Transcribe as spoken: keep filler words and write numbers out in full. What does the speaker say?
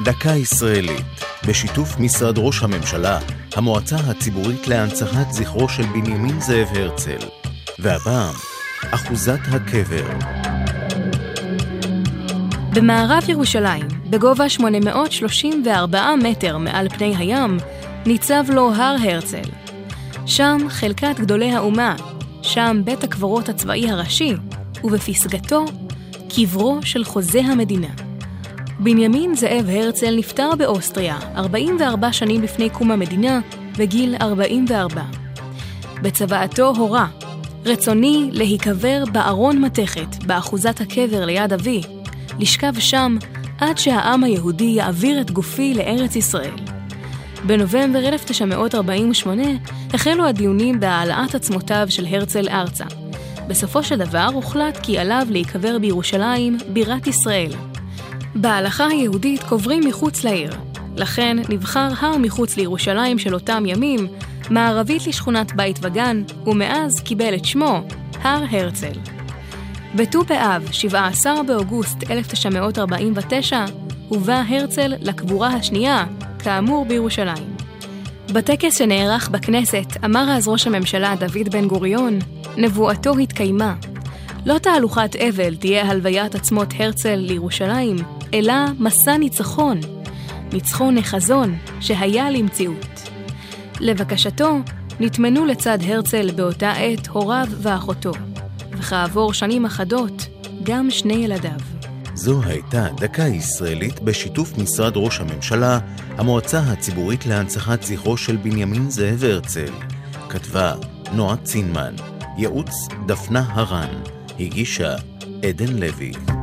דקה ישראלית, בשיתוף משרד ראש הממשלה, המועצה הציבורית להנצחת זכרו של בנימין זאב הרצל. והפעם, אחוזת הקבר. במערב ירושלים, בגובה שמונה מאות שלושים וארבעה מטר מעל פני הים, ניצב לו הר הרצל. שם חלקת גדולי האומה, שם בית הקברות הצבאי הראשי, ובפסגתו, קברו של חוזה המדינה. בנימין זאב הרצל נפטר באוסטריה ארבעים וארבע שנים לפני קום המדינה, בגיל ארבעים וארבע. בצוואתו הורה, רצוני להיקבר בארון מתכת, באחוזת הקבר ליד אבי, לשכב שם עד שהעם היהודי יעביר את גופי לארץ ישראל. בנובמבר אלף תשע מאות ארבעים ושמונה החלו הדיונים בהעלאת עצמותיו של הרצל ארצה. בסופו של דבר הוחלט כי עליו להיקבר בירושלים, בירת ישראל. בהלכה היהודית קוברים מחוץ לעיר. לכן נבחר הר מחוץ לירושלים של אותם ימים, מערבית לשכונת בית וגן, ומאז קיבל את שמו, הר הרצל. בט"ו באב, שבעה עשר באוגוסט אלף תשע מאות ארבעים ותשע, הובא הרצל לקבורה השנייה, כאמור בירושלים. בטקס שנערך בכנסת אמר אז ראש הממשלה דוד בן גוריון, נבואתו התקיימה. לא תהלוכת אבל תהיה הלוויית עצמות הרצל לירושלים, אלא מסע ניצחון, ניצחון החזון שהיה למציאות. לבקשתו נתמנו לצד הרצל באותה עת הוריו ואחותו, וכעבור שנים אחדות גם שני ילדיו. זו הייתה דקה ישראלית בשיתוף משרד ראש הממשלה, המועצה הציבורית להנצחת זכרו של בנימין זאב הרצל. כתבה נועה צינמן, ייעוץ דפנה הרן, הגישה עדן לוי.